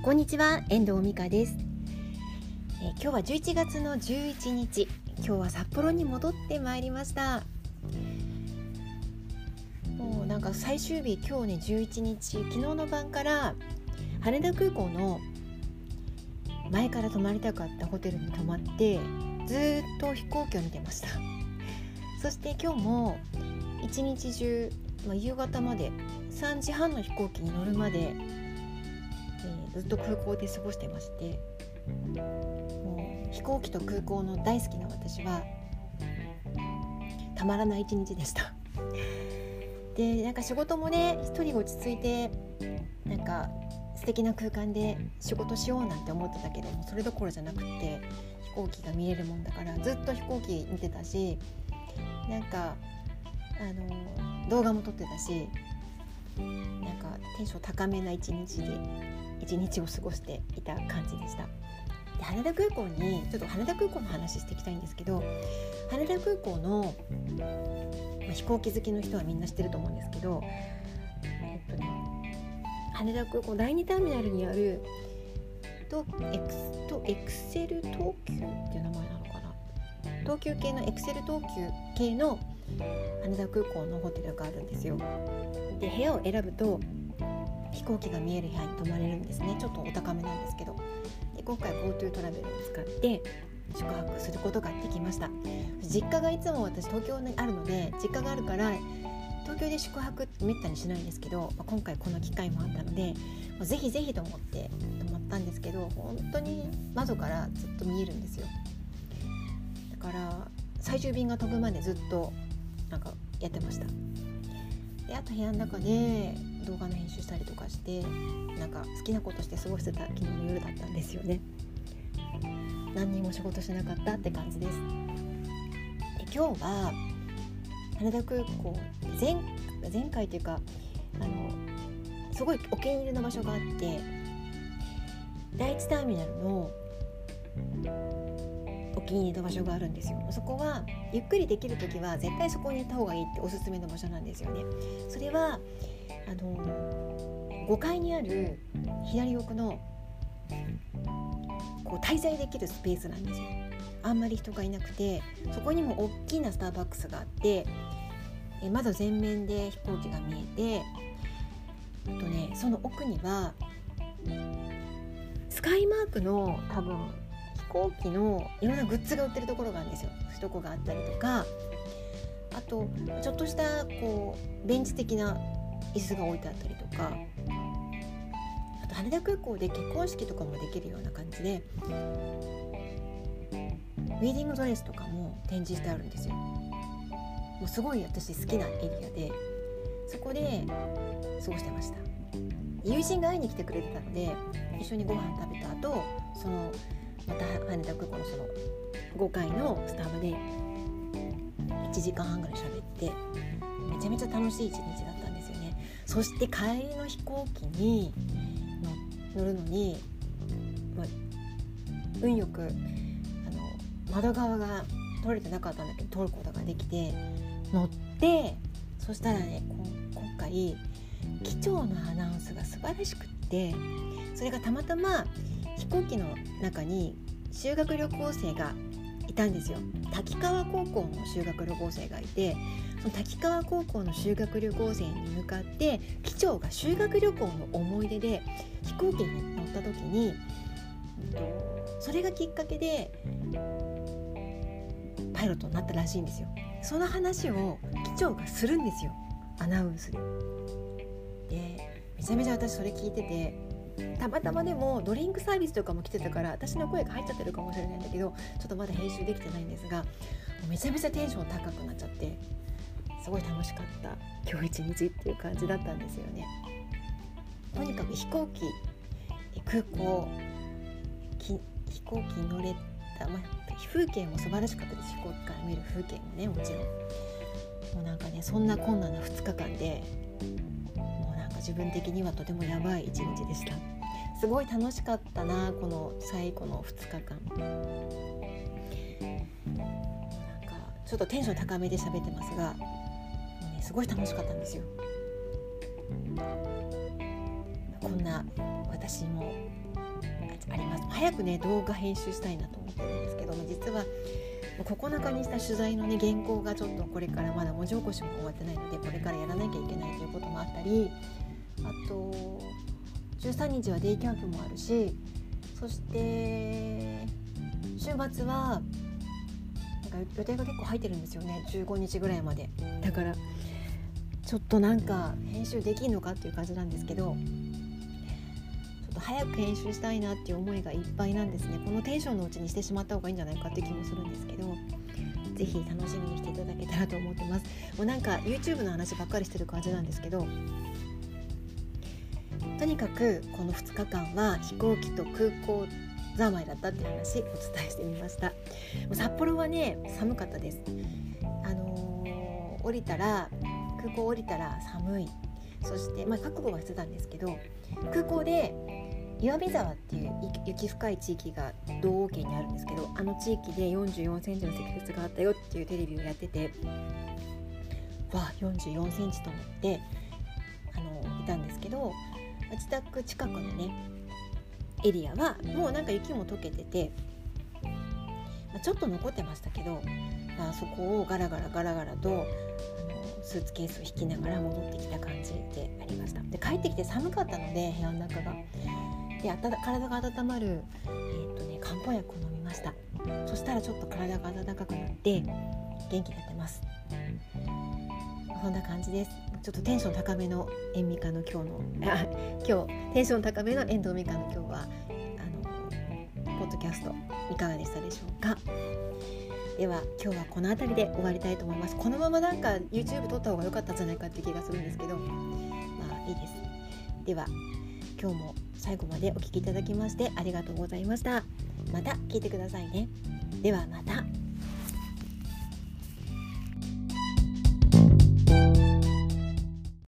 こんにちは、遠藤美香です。今日は11月の11日、今日は札幌に戻ってまいりました。もうなんか最終日、今日ね11日、昨日の晩から羽田空港の前から泊まりたかったホテルに泊まってずっと飛行機を見てました。そして今日も一日中、夕方まで3時半の飛行機に乗るまで、ずっと空港で過ごしてまして、もう飛行機と空港の大好きな私はたまらない一日でした。で、なんか仕事もね、一人落ち着いてなんか素敵な空間で仕事しようなんて思ってたけども、それどころじゃなくて飛行機が見れるもんだからずっと飛行機見てたし、なんか動画も撮ってたし、なんかテンション高めな一日を過ごしていた感じでした。で、羽田空港にちょっと羽田空港の話していきたいんですけど、羽田空港の、飛行機好きの人はみんな知ってると思うんですけど、羽田空港第2ターミナルにあるエクセル東急っていう名前なのかな、東急系のエクセル東急系の羽田空港のホテルがあるんですよ。で、部屋を選ぶと飛行機が見える部屋に泊まれるんですね。ちょっとお高めなんですけど、で今回 GoTo トラベルを使って宿泊することができました。実家がいつも私東京にあるので、実家があるから東京で宿泊ってめったにしないんですけど、今回この機会もあったのでぜひぜひと思って泊まったんですけど、本当に窓からずっと見えるんですよ。だから最終便が飛ぶまでずっとなんかやってました。で、あと部屋の中で動画の編集したりとかして、なんか好きなことして過ごしてた昨日の夜だったんですよね。何にも仕事しなかったって感じです。で、今日は羽田空港前回というかすごいお気に入りの場所があって、第1ターミナルのお気に入りの場所があるんですよ。そこはゆっくりできるときは絶対そこに行った方がいいっておすすめの場所なんですよね。それは5階にある左奥の滞在できるスペースなんですよ。あんまり人がいなくて、そこにも大きなスターバックスがあって、窓全面で飛行機が見えて、その奥にはスカイマークの多分飛行機のいろんなグッズが売ってるところがあるんですよ。そういうとこがあったりとか、あとちょっとしたベンチ的な椅子が置いてあったりとか、あと羽田空港で結婚式とかもできるような感じでウェディングドレスとかも展示してあるんですよ。もうすごい私好きなエリアで、そこで過ごしてました。友人が会いに来てくれてたので、一緒にご飯食べた後、また羽田空港のその5階のスタバで1時間半ぐらい喋って、めちゃめちゃ楽しい一日だったんですよね。そして帰りの飛行機に乗るのに、運よく窓側が取れてなかったんだけど通ることができて乗って、そしたらね、今回機長のアナウンスが素晴らしくって、それがたまたま飛行機の中に修学旅行生がいたんですよ。滝川高校の修学旅行生がいて、その滝川高校の修学旅行生に向かって機長が修学旅行の思い出で飛行機に乗った時に、それがきっかけでパイロットになったらしいんですよ。その話を機長がするんですよ、アナウンスで。で、めちゃめちゃ私それ聞いてて、たまたまでもドリンクサービスとかも来てたから私の声が入っちゃってるかもしれないんだけど、ちょっとまだ編集できてないんですが、めちゃめちゃテンション高くなっちゃって、すごい楽しかった今日一日っていう感じだったんですよね。とにかく飛行機、空港、飛行機に乗れた、風景も素晴らしかったです。飛行機から見る風景もね、もちろん。もうなんかね、そんな困難な2日間で、もうなんか自分的にはとてもやばい一日でした。すごい楽しかったな、この最後の2日間。なんかちょっとテンション高めで喋ってますが、もうね、すごい楽しかったんですよ。だこんな私もあります。早くね動画編集したいなと思ってるんですけども、実は9日にした取材のね原稿がちょっとこれからまだ文字起こしも終わってないので、これからやらなきゃいけないということもあったり、あと13日はデイキャンプもあるし、そして週末はなんか予定が結構入ってるんですよね、15日ぐらいまで。だからちょっとなんか編集できんのかっていう感じなんですけど、ちょっと早く編集したいなっていう思いがいっぱいなんですね。このテンションのうちにしてしまった方がいいんじゃないかって気もするんですけど、ぜひ楽しみにしていただけたらと思ってます。もうなんか YouTube の話ばっかりしてる感じなんですけど、とにかくこの2日間は飛行機と空港三昧だったっていう話をお伝えしてみました。札幌はね寒かったです。空港降りたら寒い。そして、覚悟はしてたんですけど、空港で岩見沢っていう雪深い地域が道央県にあるんですけど、あの地域で44センチの積雪があったよっていうテレビをやってて、わ44センチと思っていたんですけど、自宅近くのねエリアはもうなんか雪も溶けてて、ちょっと残ってましたけど、そこをガラガラとスーツケースを引きながら戻ってきた感じでありました。で帰ってきて寒かったので部屋の中がで体が温まる、漢方薬を飲みました。そしたらちょっと体が温かくなって元気になってます。そんな感じです。ちょっとテンション高めの遠美香の今日テンション高めの遠藤美香の今日はポッドキャストいかがでしたでしょうか。では今日はこの辺りで終わりたいと思います。このままなんか YouTube 撮った方が良かったんじゃないかって気がするんですけど、いいです。では今日も最後までお聞きいただきましてありがとうございました。また聞いてくださいね。ではまた。